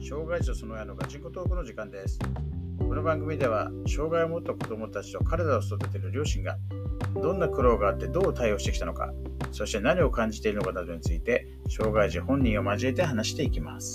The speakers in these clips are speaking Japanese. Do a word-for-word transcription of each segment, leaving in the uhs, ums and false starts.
障害児とその親のガチンコトークの時間です。この番組では障害を持った子どもたちと彼らを育てる両親がどんな苦労があってどう対応してきたのか、そして何を感じているのかなどについて障害児本人を交えて話していきます。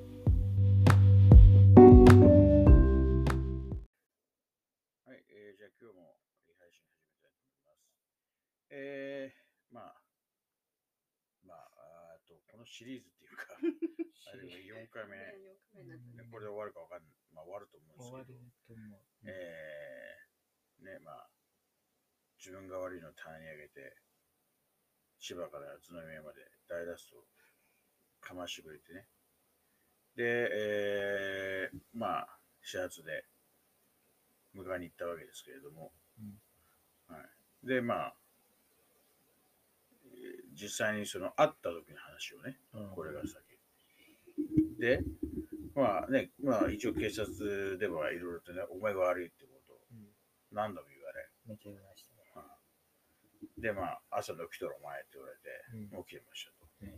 はい、えー、じゃあ今日も配信始めたいと思います。えー、まあまあ、あとこのシリーズっていうかあれはよんかいめ、ね、これで終わるかわかんない、まあ、終わると思うんですけど、終わると思う、えー、ね、まあ自分が悪いのを棚に上げて千葉から宇都宮まで大脱走かましてくれてね、で、えー、まあ始発で迎えに行ったわけですけれども、うん、はい、でまあ実際にその会った時の話をね、うん、これが先で、まあね、まあ一応警察ではいろいろとね、お前が悪いってことを何度も言われ、めっちゃ言いましたね。うん、で、まあ朝の起きとるお前って言われて、うん、起きてましたと。うん、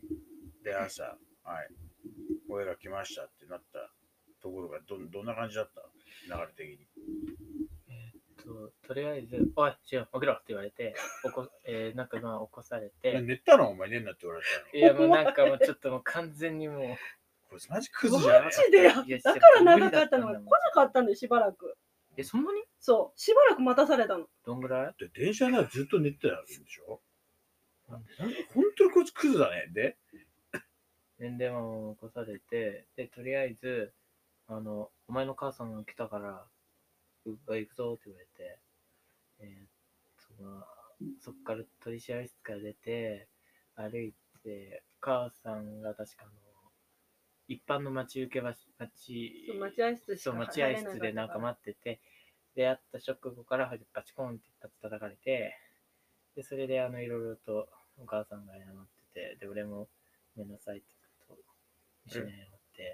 で、朝、はい、俺が来ましたってなったところがど、どんな感じだった流れ的に。 えー、っと、とりあえず、おい、違う、起きろって言われて、起こえー、なんかまあ起こされて。 寝たのお前寝んなって言われたの。 いや、もうなんかもうちょっともう完全にもう。 こいつマジクズじゃん。 マジでや。だから長かったのが来なかったんでしばらく。 え、そんなに？ そう、しばらく待たされたの。 どんぐらい？ で電車ならずっと寝てたわけでしょ。本当にこいつクズだね。で、 年齢も起こされて、で、とりあえず、あの、お前の母さんが来たから、う行くぞって言われて、えー、そのそっから取調室から出て、歩いて、母さんが確かあの、一般の待ち受け場、待そう待合室しかそう待合室でなんか待ってて、で、会った直後からバチコンって一発叩かれて、で、それであの、いろいろとお母さんが謝ってて、で、俺もごめんなさいってこと一緒に謝って。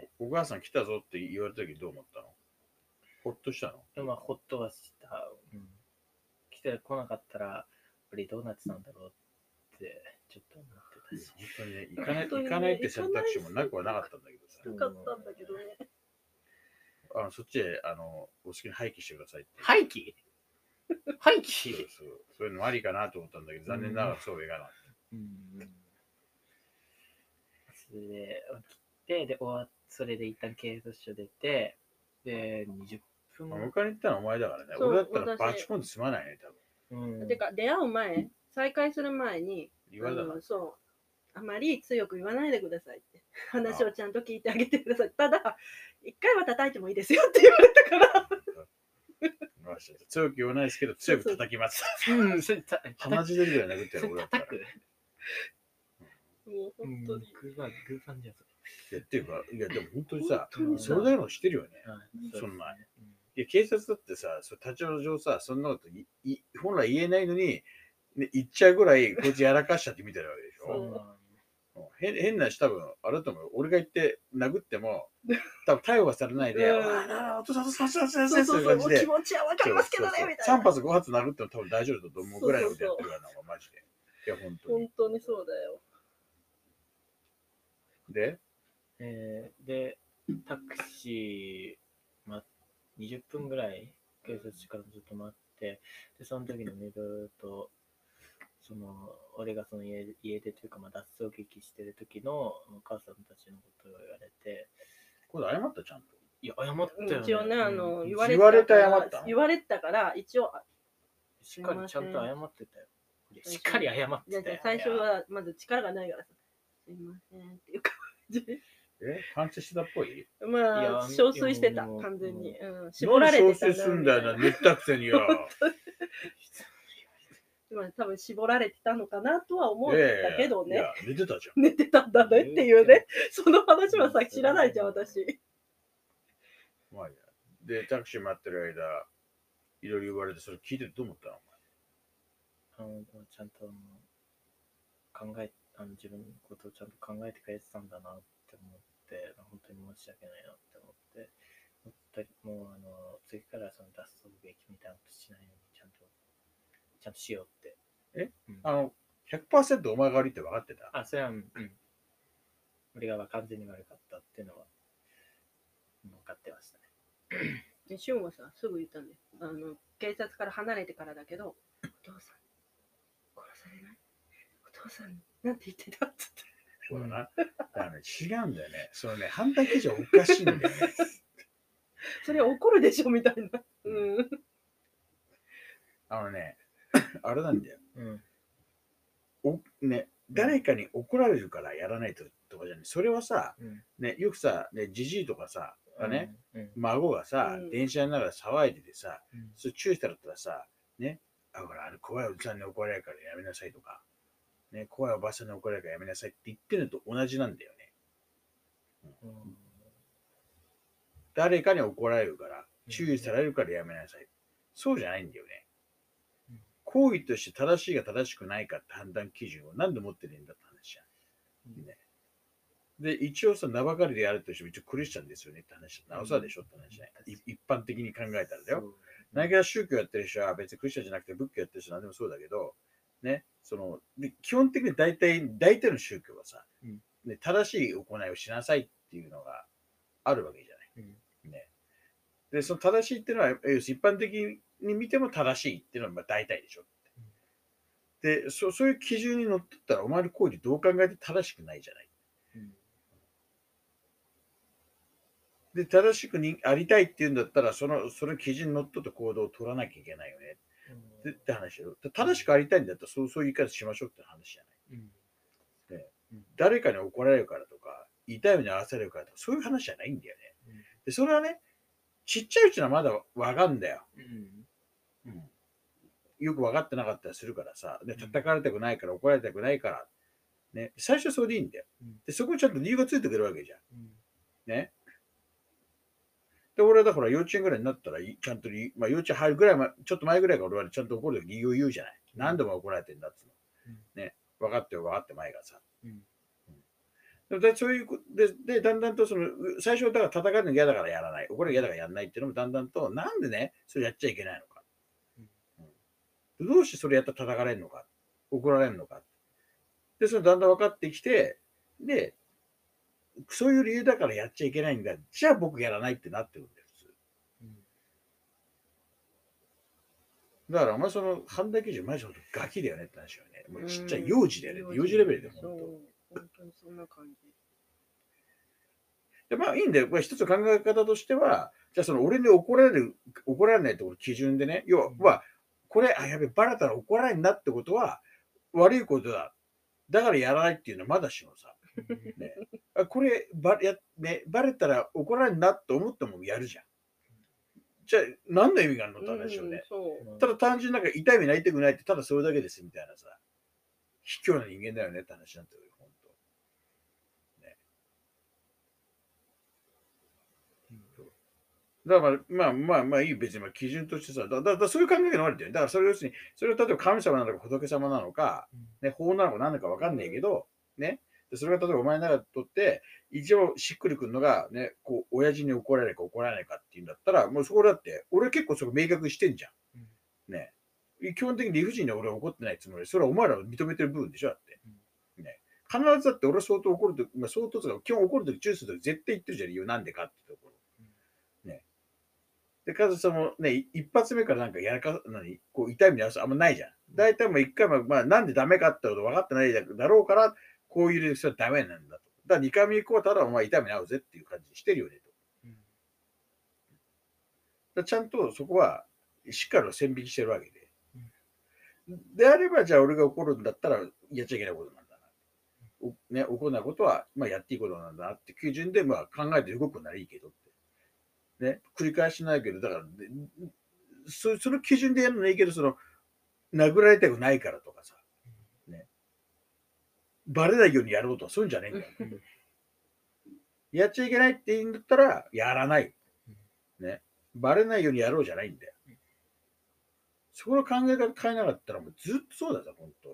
お母さん来たぞって言われた時どう思ったの？ほっとしたの？ でまあ、ほっとはした。うん。来て来なかったら、俺どうなってたんだろうって、ちょっと思ってたし。 本当にね、行かない、行かないって選択肢もなくはなかったんだけどさ。 なかったんだけどね。 あのそっちへあのお好きに廃棄してくださいって。 廃棄？廃棄？ そうそう、そういうのもありかなと思ったんだけど、残念ながらそうはいかなかった。うん。 それで起きて、で終わっそれで一旦警察署出て、でにじゅっぷん。 まあ、迎えに行ったのはお前だからね。俺だったらバチコンで済まないね、 多分。うん、てか出会う前、再会する前に言われたの。 そう。あまり強く言わないでくださいって話をちゃんと聞いてあげてください。ただ一回は叩いてもいいですよって言われたから強く言わないですけど強く叩きます。 うん、それ鼻血出るぐらい殴ってやる俺だったら。 叩く。 もう本当にグーパングーパンじゃん。 いやっていうか、いやでも本当にさ、それだけのしてるよね。そんな。いや警察だってさ、そ立ち往生さ、そんなこといい本来言えないのに、ね、言っちゃうぐらいこいつやらかしちゃって見てるわけでしょ。変, 変なし多分あれと思う。俺が言って殴っても多分逮捕はされないで、ああお父さんお父さんお父さん先生って感じで気持ちはわかりますけどねみたいな。 さん発ご発殴っても多分大丈夫だと思うぐらいのことやってるからな、マジで。いや本当に。 本当にそうだよ。 で、 えー、でタクシー、ま、にじゅっぷんぐらい警察署からずっと待って、でその時のいろいろとその俺がその 家, 家出というか、まあ、脱走劇してる時のお母さんたちのことを言われて、 これ謝ったちゃんと。 いや謝ったよね。 一応ね、あの、 うん、 言われ言われた謝った言われたから一応しっかりちゃんと謝ってたよ。しっかり謝ってたよ。 最初はまず力がないからさ、すいませんっていう感じ。 え、パンチしてたっぽい？ まあ、憔悴してた、完全に。うん、絞られてた。 憔悴すんだよな、寝たくせによ。 まあ、多分絞られてたのかなとは思うんだけどね。 いやいや寝てたじゃん。 寝てたんだねっていうね。その話はさ、知らないじゃん、私。 まあいや。で、タクシー待ってる間、いろいろ言われて、それ聞いてどう思ったの？ あのちゃんと考え、あの自分のことをちゃんと考えてくれてたんだなって思って、本当に申し訳ないなって思って、本当にもうあの次からその脱走劇みたいなことしないようにちゃんと、ちゃんとしようって。 え、うん、あの、ひゃくパーセント お前が悪いって分かってた？ あ、それは、うん。俺が完全に悪かったっていうのはかってましたね。 で、シュンはさ、すぐ言ったんで、あの、警察から離れてからだけど、お父さん、殺されない？お父さん、なんて言ってたっつって。 そうだな。だからね、違うんだよね。そのね、判断基準おかしいんだよね。 それ怒るでしょみたいな。うん。 あのね、あれなんだよ。 うん。 おね、誰かに怒られるからやらないととかじゃない。それはさ、 うん。 ね、よくさ、ね、じじいとかさ、がね、 うん。 孫がさ、 うん電車の中で騒いでてさ、 うん。 それ注意したらったらさ、ね、あ、ほら、あれ怖いおじさんに怒られるからやめなさいとか、ね、怖いおばさんに怒られるからやめなさいって言ってるのと同じなんだよね。 うん。 誰かに怒られるから、注意されるからやめなさい。そうじゃないんだよね。 うん行為として正しいか正しくないかって判断基準を何で持ってるんだって話じゃん。ね、で、一応さ、名ばかりでやるとしても一応クリスチャンですよねって話。なおさらでしょって話ね。い一般的に考えたらだよ。何か宗教やってる人は別にクリスチャンじゃなくて仏教やってる人は何でもそうだけど、ね、その、で基本的に大体、大体の宗教はさ、 うんね、正しい行いをしなさいっていうのがあるわけじゃない。 うん。 ね。で、その正しいっていうのは、要するに一般的に見ても正しいっていうのはまあ大体でしょ。でそ、そういう基準にのっとったら、お前の行為どう考えて正しくないじゃない。 うんで、正しくにありたいっていうんだったら、その、その基準にのっとった行動を取らなきゃいけないよね。ってって話だよ。正しくありたいんだったら、そう、そういう言い方しましょうって話じゃない。 うんでうん誰かに怒られるからとか、痛い目に遭わせるからとか、そういう話じゃないんだよね。で、それはね、ちっちゃいうちはまだわかんだよ。 うんうんよく分かってなかったりするからさ、で叩かれたくないから怒られたくないから、ね、最初はそれでいいんだよ。で、そこにちゃんと理由がついてくるわけじゃん。ね。で、俺はだから幼稚園ぐらいになったら、ちゃんと理由、まあ幼稚園入るぐらい、ちょっと前ぐらいから俺はちゃんと怒るとき理由を言うじゃない。何度も怒られてんだっつうの。ね。分かってよ、分かって前がさ。で、そういうで、で、だんだんとその、最初はだから叩かれるの嫌だからやらない。怒るの嫌だからやらないっていうのもだんだんと、なんでね、それやっちゃいけないのか。どうしてそれやったら叩かれるのか、怒られるのか。で、それだんだん分かってきて、で、そういう理由だからやっちゃいけないんだ。じゃあ僕やらないってなってるんだよ、普通。だからお前その判断基準、マジでガキだよねって話よね。もうちっちゃい幼児だよね。幼児レベルで本当。 本当にそんな感じ。 で、まあいいんだよ。これ一つ考え方としては、じゃあその俺に怒られる、怒られないってこと基準でね、要は、これ、あ、やべ、バレたら怒られんなってことは、悪いことだ。だからやらないっていうのはまだしもさ。ね、あこれバレ、やね、バレたら怒られんなと思ってもやるじゃん。じゃあ、何の意味があるのって話よね。 うん、 ただ単純なんか痛い目になりたくないって、ただそれだけですみたいなさ、卑怯な人間だよねって話になってるよ、本当。ね。だからまあまあまあいい、別に基準としてさ、だだだそういう考えがあるんだよね。だからそれ要するに、それは例えば神様なのか仏様なのか、ね、法なのか何なのか分かんないけど、ね。でそれが例えばお前の中にとって、一応しっくりくるのが、ね、こう、親父に怒られるか怒られないかっていうんだったら、もうそこだって、俺結構そこ明確にしてんじゃん。ね。基本的に理不尽に俺は怒ってないつもりで、それはお前らを認めてる部分でしょ、だって。ね。必ずだって俺は相当怒るとき、まあ、相当とか、基本怒るとき、注意するとき絶対言ってるじゃん、理由なんでかってところ。ね。で、かつそのね、一発目からなんかやらか、何、こう痛い目に合わせあんまないじゃん。大体もう一回も、まあなんでダメかってこと分かってないだろうから、こういう理由はダメなんだと。だから二回目以降はただお前痛い目に遭うぜっていう感じにしてるよねと。だちゃんとそこはしっかり線引きしてるわけで。であれば、じゃあ俺が怒るんだったらやっちゃいけないことなんだな。おね、怒らないことは、まあ、やっていいことなんだなって基準で、まあ、考えて動くならいいけどって。ね、繰り返しないけど、だから、そ, その基準でやるのはいいけど、その、殴られたくないからとかさ、ね、バレないようにやろうとかそういうんじゃねえんだよ。やっちゃいけないって言うんだったら、やらない。ね、バレないようにやろうじゃないんだよ。そこの考え方変えなかったら、もうずっとそうだぞ、本当。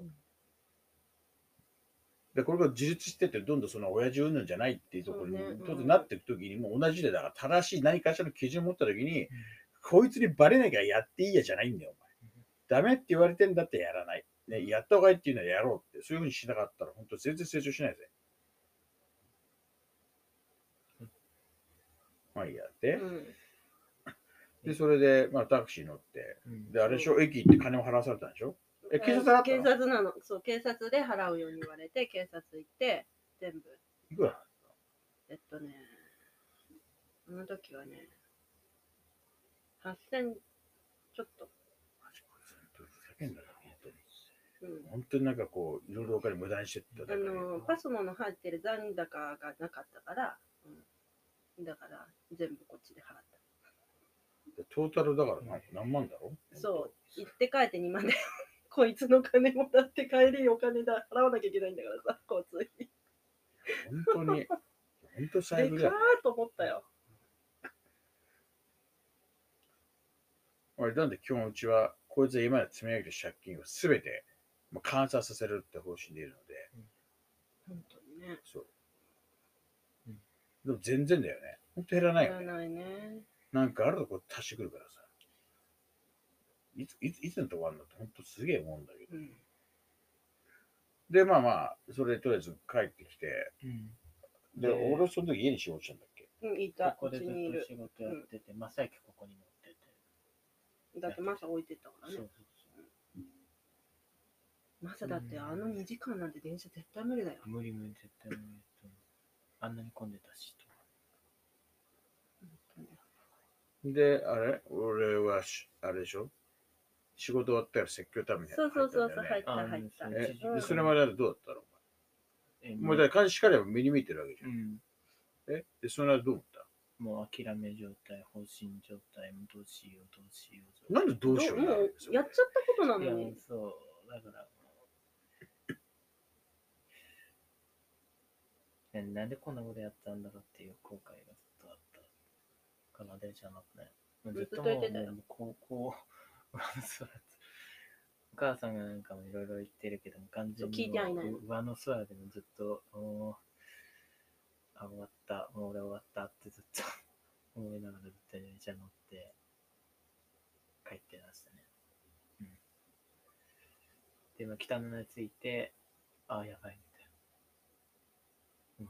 で、これが自立してて、どんどんその親父云々じゃないっていうところに、当然なっていくときに、もう同じで、だから正しい何かしらの基準を持ったときに、うん、こいつにバレないからやっていいやじゃないんだよ、お前。ダメって言われてんだってやらない。ね、やった方がいいっていうのはやろうって、そういうふうにしなかったら、本当全然成長しないぜ。 まあいいやって。 うん。 で、それで、まあタクシー乗って、 うんで、あれでしょ、駅行って金を払わされたんでしょ。え、警察払った警の？ 察なの。そう、警察で払うように言われて、警察行って、全部。 いくら？ えっとね、あの時はね、はっせんちょっと。 マジこいつ本当にふざけんなよ、本当に。 うん。 本当になんかこう、いろいろお金無駄にしてっただあけで。 の、パスモの入ってる残高がなかったから、うん、だから全部こっちで払った。 でトータルだから何何万だろ？ そう、行って帰ってにまんで、こいつの金もらって帰りお金だ払わなきゃいけないんだからさ、交通費。 本当に、本当最でか悪だよね。 ーと思ったよ。 俺なんで今日うちは、こいつが今まで積み上げた借金をすべてもう換算させるって方針でいるので、 本当にね。 そう。 うんでも全然だよね。本当減らないやらよね。 ないね。 なんかあるとこ足してくるからさ。いつ、いつ、いつのとこあるのって本当すげえ思うんだけど。 うん。 で、まあまあ、それでとりあえず帰ってきて、 うんで、 で俺その時家に仕事したんだっけ？ うん、いた。うここでずっちにいると。仕事やってて、まさやきここに乗ってて。 だってマサ置いてったからねそう。そうそう。 マサだってあのにじかんなんて電車絶対無理だよ。 無理無理、絶対無理。あんなに混んでたし。 で、あれ俺はし、あれでしょ仕事終わったら説教ためにそうそうそうそう、入っ入ったた入った。 あえ、 うんでそれまでどうだったの？ えもうだから監視カレーも目に見えてるわけじゃ。 うんん。 え、で、それはどう思った？ もう諦め状態、放心状態、もうどうしよう、どうしよう。 なんでどうしようももないのうやっちゃったことないやのに。、 そう、だからもう、ねなんでこんなことやったんだろうっていう後悔がずっとあったからでじゃなくね。もうずっともずっと言ってたよう、もう高校、上の空お母さんがなんかもいろいろ言ってるけども、完全そう聞いにてはいないもう上の空でもずっと、もう、あ、終わった、もう俺終わったってずっと思いながらずっと電車乗って帰ってましたね。うん。で、今北野に着いて、ああ、やばいみたいな。思った。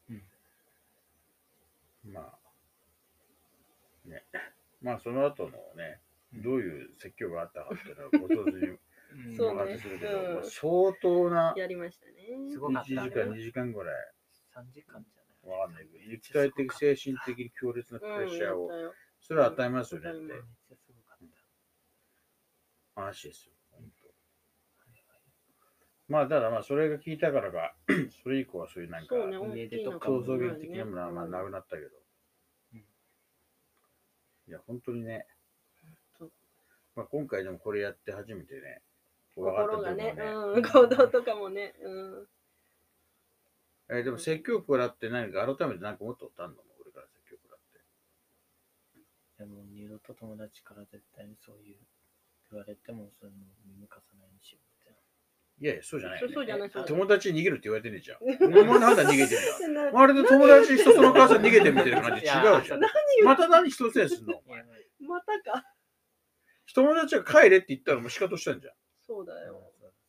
うん。 まあ、ね。まあ、その後のね、どういう説教があったかっていうのは、ご当時にうんそうねお話しするけど、 うんまあ相当なやりましたね。 すごかったいちじかん、にじかんぐらい、 さんじかんじゃないわかんないけど、肉体的、精神的に強烈なプうん、 レッシャーを、 やったよ。 それは与えますよねってうんめっちゃすごかった。 話ですよ。本当まあ、ただまあ、それが聞いたからか、それ以降はそういうなんか、 そうね、大きいの競争劇的なものはまあなくる。 なったけど、 うんいや、本当にねそう、 まあ、今回でもこれやって初めてね、分かった心がね、 ところうん、行動とかもね、うん。 えーでも説教食らって何か改めて何かもっとあんのも俺から説教食らって。 でも二度と友達から絶対にそういう言われても、そういうのを見抜かさないようにしようみたいな。 いやいや、そうじゃない、ね。 そうそうじゃないそうじゃない友達に逃げるって言われてんねえじゃん。お前の肌逃げてんだ。 なまるで友達に人その母さん逃げてみたいな感じで違うじゃん。 何また何一つやすんのお前。 またか。 友達が帰れって言ったらもう仕方したんじゃん。 そうだよ。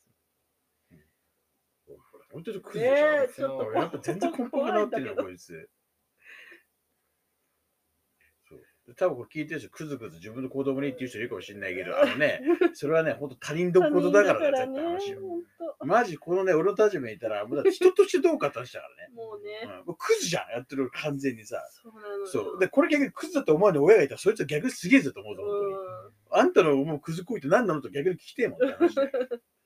本当にクズでしょ。 ねえ、ちょっと俺やっぱ全然根本が直ってるよ、こいつ。そう多分これ聞いてる人、クズクズ自分の子供にっていう人いるかもしれないけど、あのね、それはね、本当他人のことだからだ、絶対話よ。 本当。 マジこのね、俺の立場にいたら、もうだって人としてどうかって話だからね。 もうね、 うん、もうクズじゃん、やってる完全にさ。 そうなのよ。 そう。で、これ逆にクズだと思わない親がいたら、そいつは逆にすげえぞと思うぞ、本当に。 うあんたの思うクズ行為って何なのと逆に聞きてえもんって話で。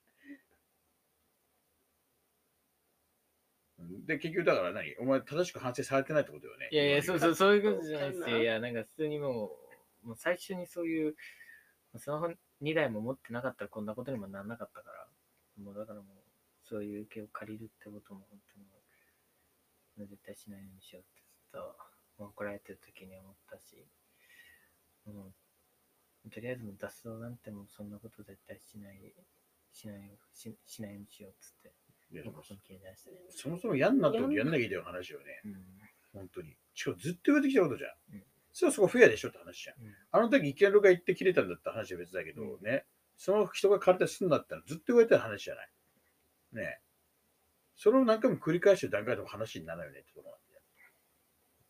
で、結局だから何お前正しく反省されてないってことよね。 いやいや、そうそう、 うそういうことじゃないですよ。 そうかないや、なんか普通にもう、もう最初にそういう、スマホにだいも持ってなかったらこんなことにもならなかったから、もうだからもう、そういう受けを借りるってことも本当にもう、絶対しないようにしようってずっと、もう怒られてる時に思ったし、もう、とりあえずもう脱走なんてもうそんなこと絶対しない、しないよししないようにしようっつって、 いやもうここに消え出してね。 そもそもやんなってことやんなきゃいけない話よね。 うん。 本当に。しかもずっと言われてきたことじゃん。 うんそれはそこフェアでしょって話じゃん。 うんあの時イケルが言って切れたんだった話は別だけど、 うんね。その人が借りたりすんだったらずっと言われてる話じゃない。ね。それを何回も繰り返してる段階でも話にならないよねってところなんだよ。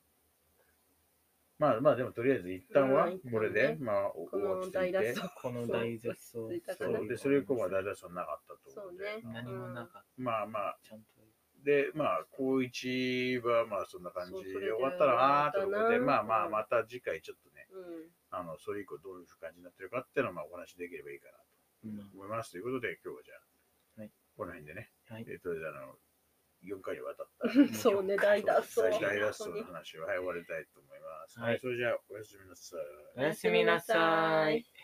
まあまあでもとりあえず一旦はうん一旦ねこれで、まあおこの落ち着いて大脱走。 この大絶走そう落ち着いたかなそうでそれ以降は大脱走なかったと思うんで、 そうね何もなかっまあまあた。ちゃんと。 でまあ高一はまあそんな感じそうそれでで終わったらなーと思って終わったなまあまあうんまた次回ちょっとねうん。 あのそれ以降どういう感じになってるかっていうのをまあお話しできればいいかなとうん。 思いますということで今日はじゃあ、 はいこの辺でね、 はい。 えっとあのよんかいにわたったそうね、大脱走。 大大脱走の話を、はい、終わりたいと思います。 はいはい、それじゃあおやすみなさい。 おやすみなさい。